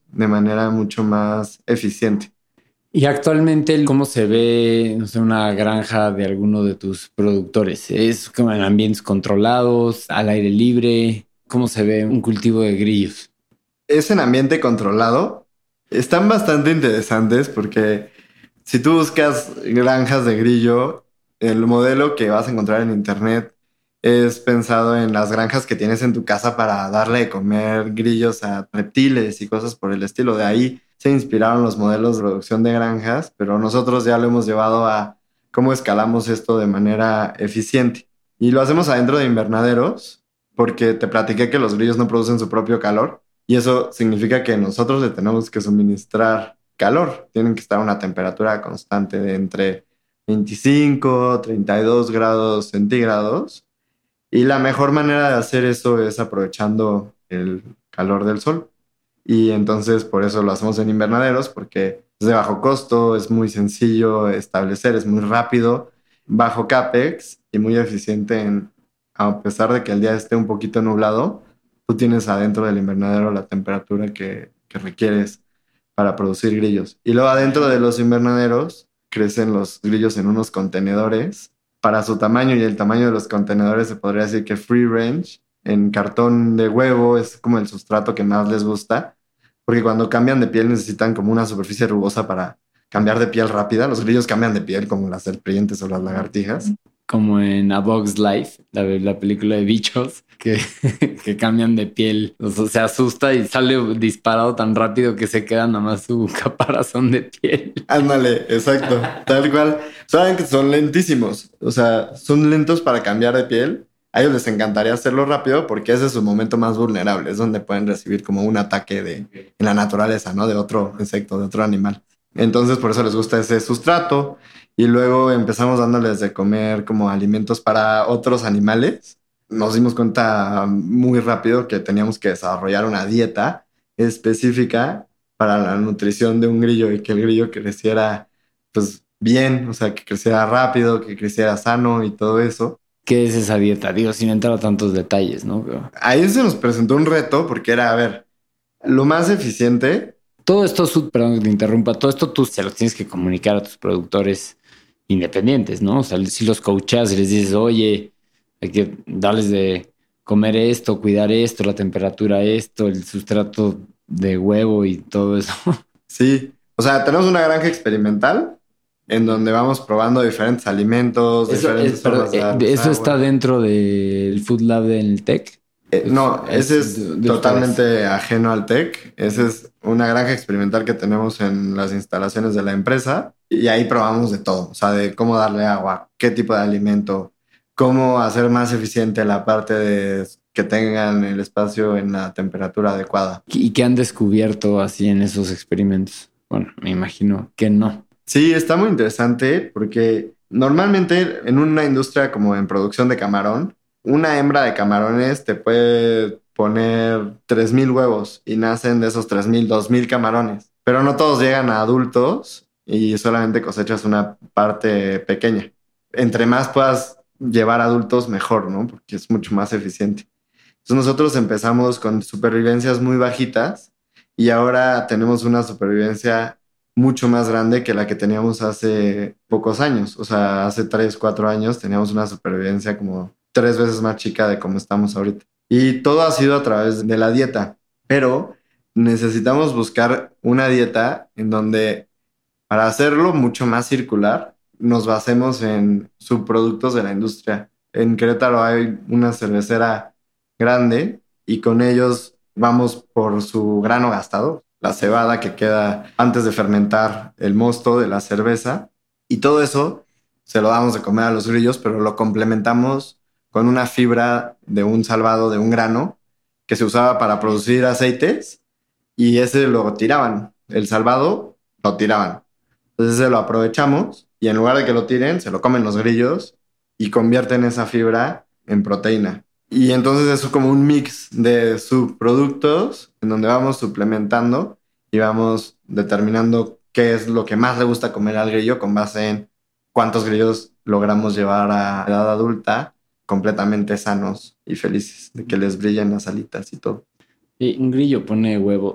de manera mucho más eficiente. Y actualmente, ¿cómo se ve, no sé, una granja de alguno de tus productores? ¿Es como en ambientes controlados, al aire libre? ¿Cómo se ve un cultivo de grillos? Es en ambiente controlado. Están bastante interesantes porque si tú buscas granjas de grillo, el modelo que vas a encontrar en internet es pensado en las granjas que tienes en tu casa para darle de comer grillos a reptiles y cosas por el estilo. De ahí se inspiraron los modelos de producción de granjas, pero nosotros ya lo hemos llevado a cómo escalamos esto de manera eficiente. Y lo hacemos adentro de invernaderos porque te platiqué que los grillos no producen su propio calor y eso significa que nosotros le tenemos que suministrar calor. Tienen que estar a una temperatura constante de entre 25, 32 grados centígrados. Y la mejor manera de hacer eso es aprovechando el calor del sol. Y entonces por eso lo hacemos en invernaderos, porque es de bajo costo, es muy sencillo establecer, es muy rápido, bajo CAPEX y muy eficiente a pesar de que el día esté un poquito nublado, tú tienes adentro del invernadero la temperatura que requieres para producir grillos. Y luego adentro de los invernaderos crecen los grillos en unos contenedores. Para su tamaño y el tamaño de los contenedores se podría decir que free range. En cartón de huevo es como el sustrato que más les gusta, porque cuando cambian de piel necesitan como una superficie rugosa para cambiar de piel rápida. Los grillos cambian de piel como las serpientes o las lagartijas. Como en A Bug's Life, la película de bichos que cambian de piel. O sea, se asusta y sale disparado tan rápido que se queda nada más su caparazón de piel. Ándale, exacto, tal cual. Saben que son lentísimos, o sea, son lentos para cambiar de piel. A ellos les encantaría hacerlo rápido porque ese es su momento más vulnerable, es donde pueden recibir como un ataque en la naturaleza, ¿no? De otro insecto, de otro animal. Entonces, por eso les gusta ese sustrato. Y luego empezamos dándoles de comer como alimentos para otros animales. Nos dimos cuenta muy rápido que teníamos que desarrollar una dieta específica para la nutrición de un grillo y que el grillo creciera pues bien, o sea, que creciera rápido, que creciera sano y todo eso. ¿Qué es esa dieta? Digo, sin entrar a tantos detalles, ¿no? Pero Ahí se nos presentó un reto porque era, a ver, lo más eficiente. todo esto, perdón que te interrumpa, todo esto tú se lo tienes que comunicar a tus productores independientes, ¿no? O sea, si los coacheas y les dices, oye, hay que darles de comer esto, cuidar esto, la temperatura esto, el sustrato de huevo y todo eso. Sí, o sea, tenemos una granja experimental en donde vamos probando diferentes alimentos, diferentes formas de darles Eso agua. está dentro del Food Lab del TEC. No, ese es de totalmente ustedes. ajeno al TEC. Esa es una granja experimental que tenemos en las instalaciones de la empresa y ahí probamos de todo, o sea, de cómo darle agua, qué tipo de alimento, cómo hacer más eficiente la parte de que tengan el espacio en la temperatura adecuada. ¿Y qué han descubierto así en esos experimentos? Bueno, me imagino que no. Sí, está muy interesante porque normalmente en una industria como en producción de camarón, una hembra de camarones te puede poner 3,000 huevos y nacen de esos 3,000, 2,000 camarones. Pero no todos llegan a adultos y solamente cosechas una parte pequeña. Entre más puedas llevar adultos, mejor, ¿no? Porque es mucho más eficiente. Entonces nosotros empezamos con supervivencias muy bajitas y ahora tenemos una supervivencia mucho más grande que la que teníamos hace pocos años. O sea, hace 3, 4 años teníamos una supervivencia como 3 veces más chica de como estamos ahorita. Y todo ha sido a través de la dieta, pero necesitamos buscar una dieta en donde para hacerlo mucho más circular, nos basemos en subproductos de la industria. En Querétaro hay una cervecera grande y con ellos vamos por su grano gastado, la cebada que queda antes de fermentar el mosto de la cerveza. Y todo eso se lo damos de comer a los grillos, pero lo complementamos con una fibra de un salvado de un grano que se usaba para producir aceites y ese lo tiraban. El salvado lo tiraban. Entonces se lo aprovechamos y en lugar de que lo tiren, se lo comen los grillos y convierten esa fibra en proteína. Y entonces eso es como un mix de subproductos en donde vamos suplementando y vamos determinando qué es lo que más le gusta comer al grillo con base en cuántos grillos logramos llevar a edad adulta completamente sanos y felices, de que les brillen las alitas y todo. Y un grillo pone huevos.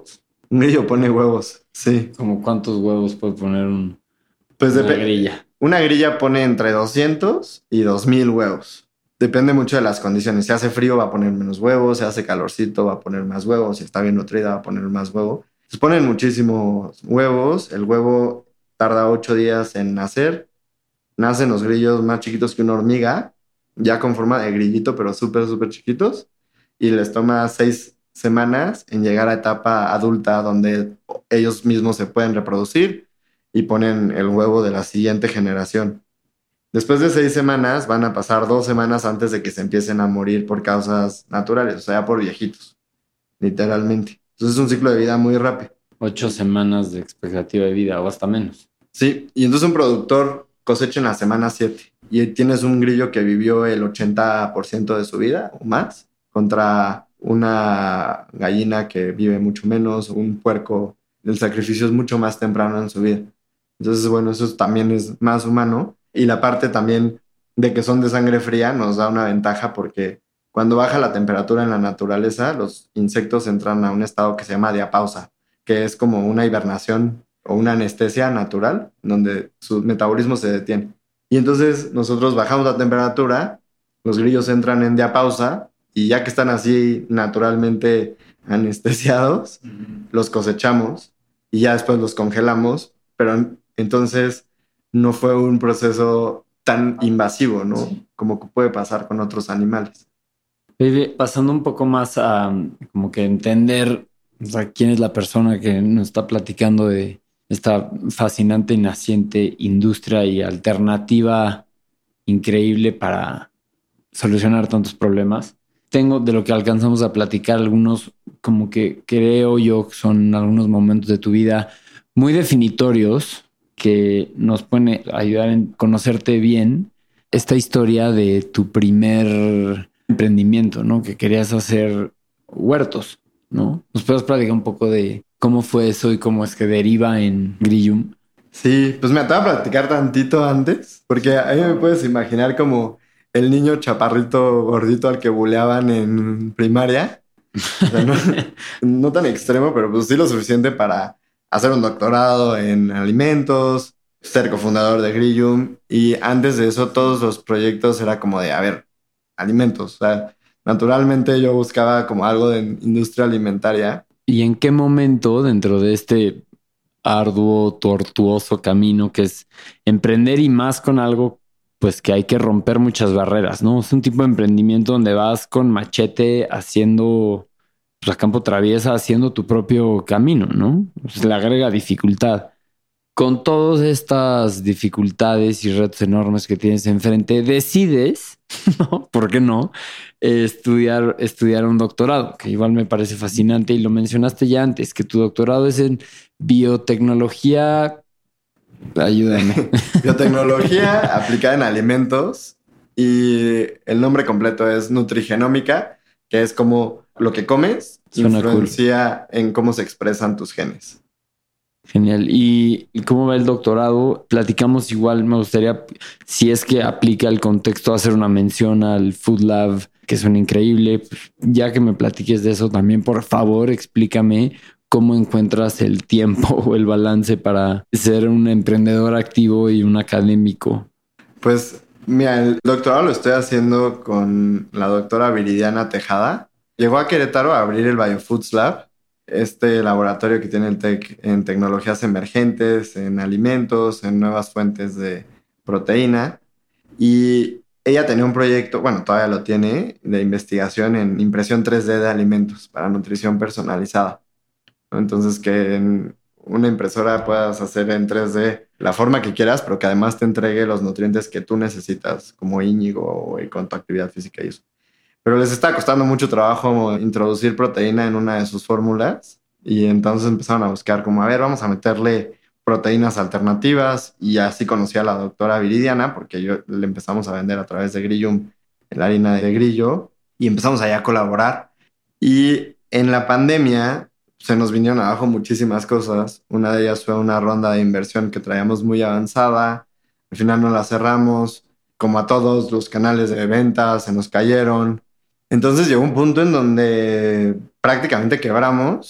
Un grillo pone huevos, sí. ¿Como cuántos huevos puede poner Pues una grilla? una grilla pone entre 200 y 2000 huevos. Depende mucho de las condiciones. Si hace frío va a poner menos huevos, si hace calorcito va a poner más huevos, si está bien nutrida va a poner más huevo. Se ponen muchísimos huevos. El huevo tarda 8 días en nacer. Nacen los grillos más chiquitos que una hormiga, ya con forma de grillito, pero súper, súper chiquitos. Y les toma 6 semanas en llegar a etapa adulta donde ellos mismos se pueden reproducir y ponen el huevo de la siguiente generación. Después de 6 semanas van a pasar 2 semanas antes de que se empiecen a morir por causas naturales, o sea, por viejitos, literalmente. Entonces es un ciclo de vida muy rápido. 8 semanas de expectativa de vida o hasta menos. Sí, y entonces un productor cosecha en la semana 7 y tienes un grillo que vivió el 80% de su vida o más contra una gallina que vive mucho menos, un puerco, el sacrificio es mucho más temprano en su vida. Entonces, bueno, eso también es más humano y la parte también de que son de sangre fría nos da una ventaja porque cuando baja la temperatura en la naturaleza, los insectos entran a un estado que se llama diapausa, que es como una hibernación o una anestesia natural, donde su metabolismo se detiene. Y entonces nosotros bajamos la temperatura, los grillos entran en diapausa y ya que están así naturalmente anestesiados, los cosechamos y ya después los congelamos, pero entonces no fue un proceso tan invasivo, ¿no? Como que puede pasar con otros animales. Pasando un poco más a como que entender, o sea, quién es la persona que nos está platicando de esta fascinante y naciente industria y alternativa increíble para solucionar tantos problemas. Tengo de lo que alcanzamos a platicar algunos, como que creo yo que son algunos momentos de tu vida muy definitorios que nos pueden ayudar en conocerte bien. Esta historia de tu primer emprendimiento, ¿no? Que querías hacer huertos, ¿no? ¿Nos puedes platicar un poco de cómo fue eso y cómo es que deriva en Grillum? Sí, pues me ataba a platicar tantito antes, porque ahí me puedes imaginar como el niño chaparrito gordito al que buleaban en primaria. O sea, no, no tan extremo, pero pues sí lo suficiente para hacer un doctorado en alimentos, ser cofundador de Grillum. Y antes de eso, todos los proyectos era como de, a ver, alimentos. O sea, naturalmente yo buscaba como algo de industria alimentaria. ¿Y en qué momento dentro de este arduo, tortuoso camino que es emprender y más con algo pues que hay que romper muchas barreras, ¿no? Es un tipo de emprendimiento donde vas con machete haciendo, pues a campo traviesa, haciendo tu propio camino, ¿no? Pues le agrega dificultad. Con todas estas dificultades y retos enormes que tienes enfrente, decides, ¿no? ¿Por qué no? Estudiar un doctorado, que igual me parece fascinante y lo mencionaste ya antes, que tu doctorado es en biotecnología. Ayúdame. Biotecnología aplicada en alimentos y el nombre completo es nutrigenómica, que es como lo que comes Suena influencia en cómo se expresan tus genes. Genial. ¿Y cómo va el doctorado? Platicamos igual, me gustaría, si es que aplica el contexto, hacer una mención al Food Lab, que suena increíble. Ya que me platiques de eso también, por favor, explícame cómo encuentras el tiempo o el balance para ser un emprendedor activo y un académico. Pues mira, el doctorado lo estoy haciendo con la doctora Viridiana Tejada. Llegó a Querétaro a abrir el Biofoods Lab, este laboratorio que tiene el TEC en tecnologías emergentes, en alimentos, en nuevas fuentes de proteína. Y ella tenía un proyecto, bueno, todavía lo tiene, de investigación en impresión 3D de alimentos para nutrición personalizada, ¿no? Entonces, que en una impresora puedas hacer en 3D la forma que quieras, pero que además te entregue los nutrientes que tú necesitas, como Íñigo y con tu actividad física y eso. Pero les está costando mucho trabajo introducir proteína en una de sus fórmulas y entonces empezaron a buscar como, a ver, vamos a meterle proteínas alternativas y así conocí a la doctora Viridiana porque yo le empezamos a vender a través de Grillum la harina de grillo y empezamos allá a colaborar. Y en la pandemia se nos vinieron abajo muchísimas cosas. Una de ellas fue una ronda de inversión que traíamos muy avanzada. Al final no la cerramos. Como a todos, los canales de venta se nos cayeron. Entonces llegó un punto en donde prácticamente quebramos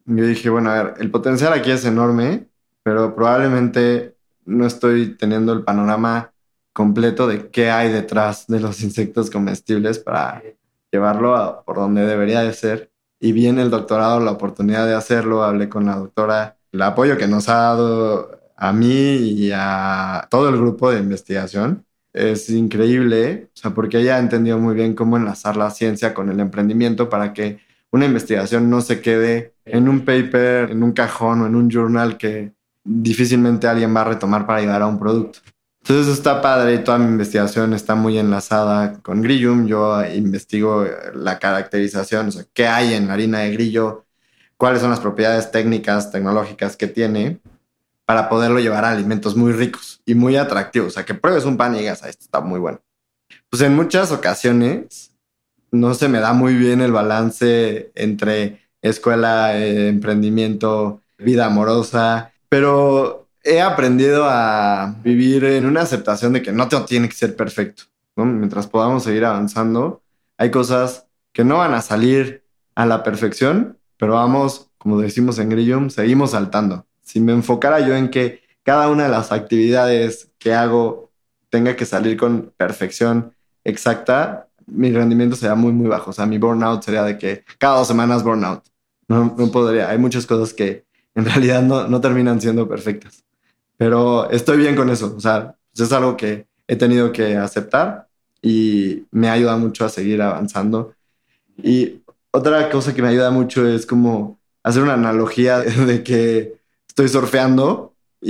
Yo dije, bueno, a ver, el potencial aquí es enorme, pero probablemente no estoy teniendo el panorama completo de qué hay detrás de los insectos comestibles para llevarlo por donde debería de ser. Y vi en el doctorado la oportunidad de hacerlo, hablé con la doctora, el apoyo que nos ha dado a mí y a todo el grupo de investigación. Es increíble, o sea, porque ella ha entendido muy bien cómo enlazar la ciencia con el emprendimiento para que una investigación no se quede en un paper, en un cajón o en un journal que difícilmente alguien va a retomar para llegar a un producto. Entonces está padre y toda mi investigación está muy enlazada con Grillum. Yo investigo la caracterización, o sea, qué hay en la harina de grillo, cuáles son las propiedades técnicas, tecnológicas que tiene para poderlo llevar a alimentos muy ricos y muy atractivos. O sea, que pruebes un pan y digas, esto está muy bueno. Pues en muchas ocasiones no se me da muy bien el balance entre escuela, emprendimiento, vida amorosa, pero he aprendido a vivir en una aceptación de que no todo tiene que ser perfecto, ¿no? Mientras podamos seguir avanzando, hay cosas que no van a salir a la perfección, pero vamos, como decimos en Grillum, seguimos saltando. Si me enfocara yo en que cada una de las actividades que hago tenga que salir con perfección exacta, mi rendimiento sería muy, muy bajo. O sea, mi burnout sería de que cada 2 semanas burnout. No podría. Hay muchas cosas que en realidad no terminan siendo perfectas. Pero estoy bien con eso. O sea, pues es algo que he tenido que aceptar y me ayuda mucho a seguir avanzando. Y otra cosa que me ayuda mucho es como hacer una analogía de que estoy surfeando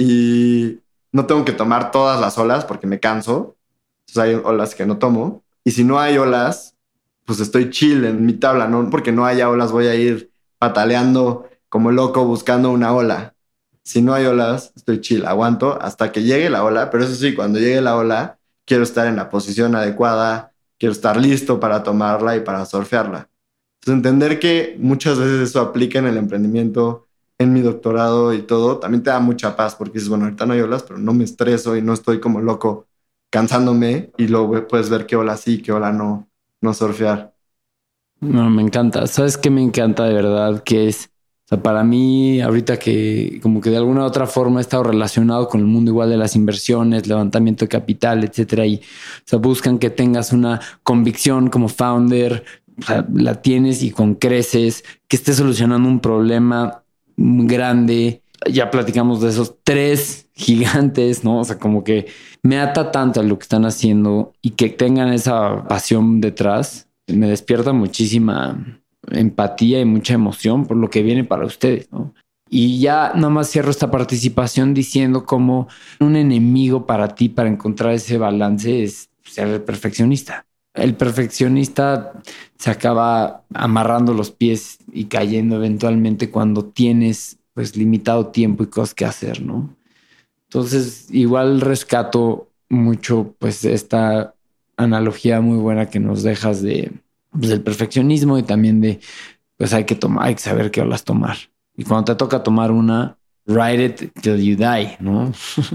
y no tengo que tomar todas las olas porque me canso. Entonces hay olas que no tomo. Y si no hay olas, pues estoy chill en mi tabla, ¿no? Porque no haya olas, voy a ir pataleando como loco buscando una ola. Si no hay olas, estoy chill, aguanto hasta que llegue la ola. Pero eso sí, cuando llegue la ola, quiero estar en la posición adecuada, quiero estar listo para tomarla y para surfearla. Entonces, entender que muchas veces eso aplica en el emprendimiento, en mi doctorado y todo, también te da mucha paz porque dices, bueno, ahorita no hay olas, pero no me estreso y no estoy como loco cansándome y luego puedes ver qué ola sí, qué ola no surfear. No, me encanta. ¿Sabes qué me encanta de verdad? Que es, o sea, para mí, ahorita que como que de alguna u otra forma he estado relacionado con el mundo igual de las inversiones, levantamiento de capital, etcétera, y o sea, buscan que tengas una convicción como founder, o sea, la tienes y con creces, que estés solucionando un problema grande. Ya platicamos de esos 3 gigantes, ¿no? O sea, como que me ata tanto a lo que están haciendo y que tengan esa pasión detrás, me despierta muchísima empatía y mucha emoción por lo que viene para ustedes, ¿no? Y ya nada más cierro esta participación diciendo como un enemigo para ti para encontrar ese balance es ser el perfeccionista. El perfeccionista se acaba amarrando los pies y cayendo eventualmente cuando tienes pues limitado tiempo y cosas que hacer, ¿no? Entonces igual rescato mucho pues esta analogía muy buena que nos dejas de pues, del perfeccionismo y también de pues hay que tomar, hay que saber qué olas tomar. Y cuando te toca tomar una, ride it till you die, ¿no?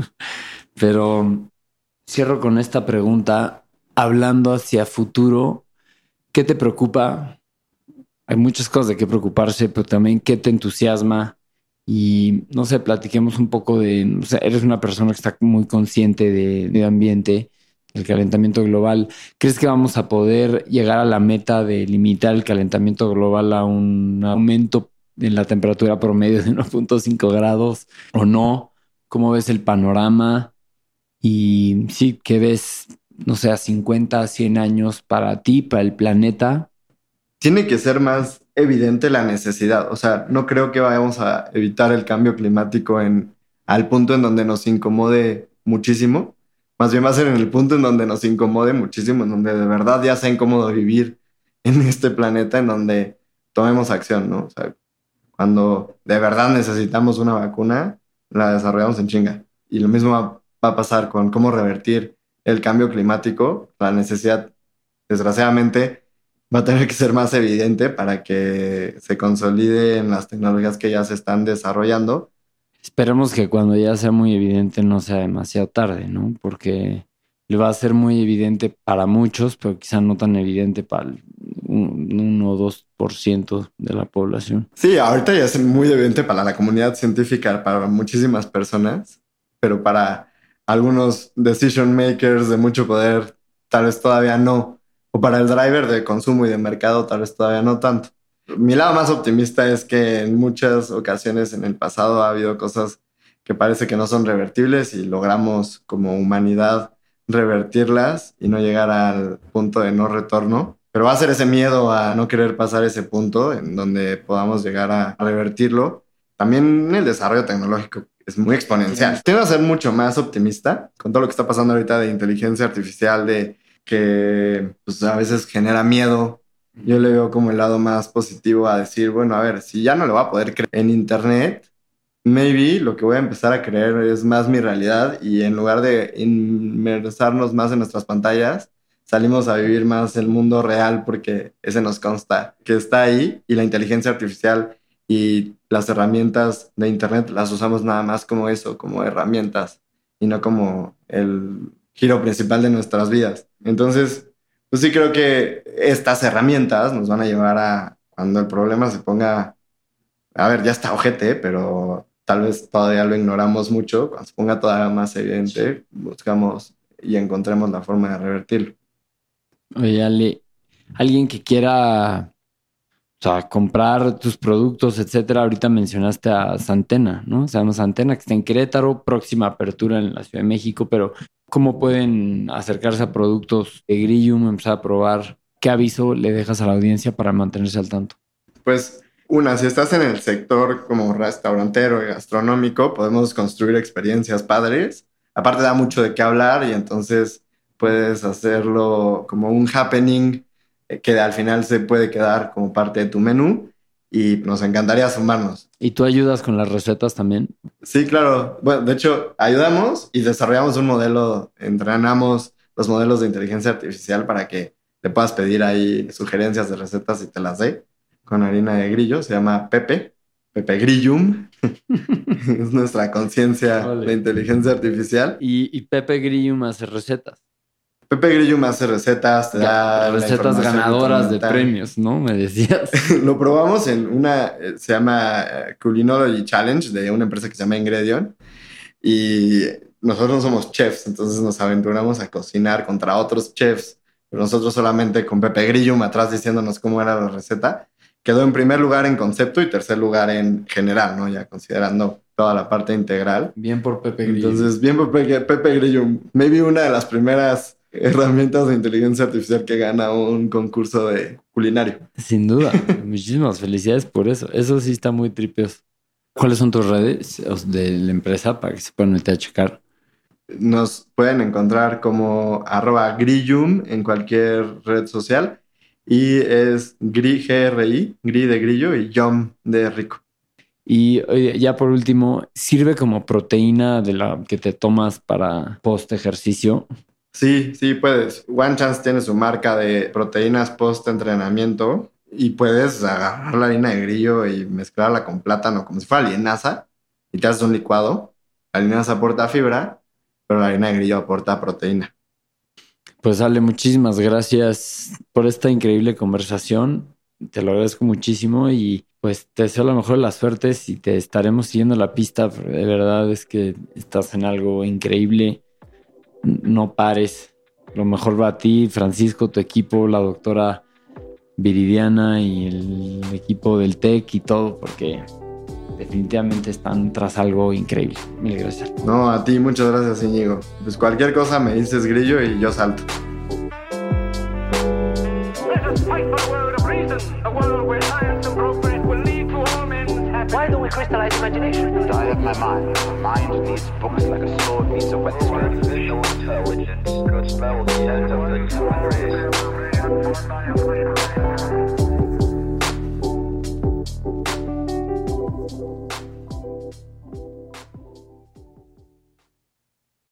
Pero cierro con esta pregunta, hablando hacia futuro, ¿qué te preocupa? Hay muchas cosas de qué preocuparse, pero también qué te entusiasma. Y no sé, platiquemos un poco de, o sea, eres una persona que está muy consciente de medio ambiente, el calentamiento global. ¿Crees que vamos a poder llegar a la meta de limitar el calentamiento global a un aumento en la temperatura promedio de 1.5 grados o no? ¿Cómo ves el panorama? Y sí, ¿qué ves, no sé, a 50, 100 años para ti, para el planeta? Tiene que ser más evidente la necesidad. O sea, no creo que vayamos a evitar el cambio climático al punto en donde nos incomode muchísimo. Más bien va a ser en el punto en donde nos incomode muchísimo, en donde de verdad ya sea incómodo vivir en este planeta, en donde tomemos acción, ¿no? O sea, cuando de verdad necesitamos una vacuna, la desarrollamos en chinga. Y lo mismo va a pasar con cómo revertir el cambio climático. La necesidad, desgraciadamente, va a tener que ser más evidente para que se consoliden las tecnologías que ya se están desarrollando. Esperemos que cuando ya sea muy evidente no sea demasiado tarde, ¿no? Porque le va a ser muy evidente para muchos, pero quizá no tan evidente para un 1 o 2% de la población. Sí, ahorita ya es muy evidente para la comunidad científica, para muchísimas personas, pero para algunos decision makers de mucho poder, tal vez todavía no. O para el driver de consumo y de mercado, tal vez todavía no tanto. Mi lado más optimista es que en muchas ocasiones en el pasado ha habido cosas que parece que no son revertibles y logramos como humanidad revertirlas y no llegar al punto de no retorno. Pero va a ser ese miedo a no querer pasar ese punto en donde podamos llegar a revertirlo. También el desarrollo tecnológico es muy exponencial. Tengo que ser mucho más optimista con todo lo que está pasando ahorita de inteligencia artificial, de que pues, a veces genera miedo. Yo le veo como el lado más positivo a decir, bueno, a ver, si ya no lo va a poder creer en internet, maybe lo que voy a empezar a creer es más mi realidad y en lugar de inmersarnos más en nuestras pantallas, salimos a vivir más el mundo real porque ese nos consta que está ahí y la inteligencia artificial y las herramientas de internet las usamos nada más como eso, como herramientas y no como el giro principal de nuestras vidas. Entonces, pues sí creo que estas herramientas nos van a llevar a cuando el problema se ponga, a ver, ya está ojete, pero tal vez todavía lo ignoramos mucho. Cuando se ponga todavía más evidente, buscamos y encontremos la forma de revertirlo. Oye, Ale, alguien que quiera, o sea, comprar tus productos, etcétera. Ahorita mencionaste a Santena, ¿no? Sabemos Santena, que está en Querétaro, próxima apertura en la Ciudad de México, pero ¿cómo pueden acercarse a productos de Grillum, empezar a probar? ¿Qué aviso le dejas a la audiencia para mantenerse al tanto? Pues, si estás en el sector como restaurantero y gastronómico, podemos construir experiencias padres. Aparte da mucho de qué hablar y entonces puedes hacerlo como un happening que al final se puede quedar como parte de tu menú y nos encantaría sumarnos. ¿Y tú ayudas con las recetas también? Sí, claro. Bueno, de hecho, ayudamos y desarrollamos un modelo, entrenamos los modelos de inteligencia artificial para que le puedas pedir ahí sugerencias de recetas y te las dé con harina de grillo. Se llama Pepe Grillum. Es nuestra conciencia de inteligencia artificial. Y Pepe Grillum hace recetas. Pepe Grillum hace recetas, te da recetas ganadoras de premios, ¿no? Me decías. Lo probamos en una, se llama Culinology Challenge de una empresa que se llama Ingredion. Y nosotros no somos chefs, entonces nos aventuramos a cocinar contra otros chefs. Pero nosotros solamente con Pepe Grillum atrás diciéndonos cómo era la receta. Quedó en primer lugar en concepto y tercer lugar en general, ¿no? Ya considerando toda la parte integral. Bien por Pepe Grillum. Entonces, bien por Pepe Grillum. Maybe una de las primeras herramientas de inteligencia artificial que gana un concurso de culinario. Sin duda. Muchísimas felicidades por eso. Eso sí está muy tripioso. ¿Cuáles son tus redes de la empresa para que se puedan meter a checar? Nos pueden encontrar como @grillum en cualquier red social y es GRI, Gri de grillo y Yum de rico. Y oye, ya por último, ¿sirve como proteína de la que te tomas para post ejercicio? Sí, puedes. One Chance tiene su marca de proteínas post-entrenamiento y puedes agarrar la harina de grillo y mezclarla con plátano como si fuera linaza y te haces un licuado. La linaza aporta fibra, pero la harina de grillo aporta proteína. Pues Ale, muchísimas gracias por esta increíble conversación. Te lo agradezco muchísimo y pues te deseo la mejor de las suertes y te estaremos siguiendo la pista. De verdad es que estás en algo increíble. No pares. Lo mejor va a ti, Francisco, tu equipo, la doctora Viridiana y el equipo del TEC y todo, porque definitivamente están tras algo increíble. Mil gracias. No, a ti muchas gracias, Íñigo. Pues cualquier cosa me dices grillo y yo salto. Why don't we crystallize imagination? I have my mind. My mind needs books like a sword needs a weapon. Artificial intelligence could spell the end of the human race.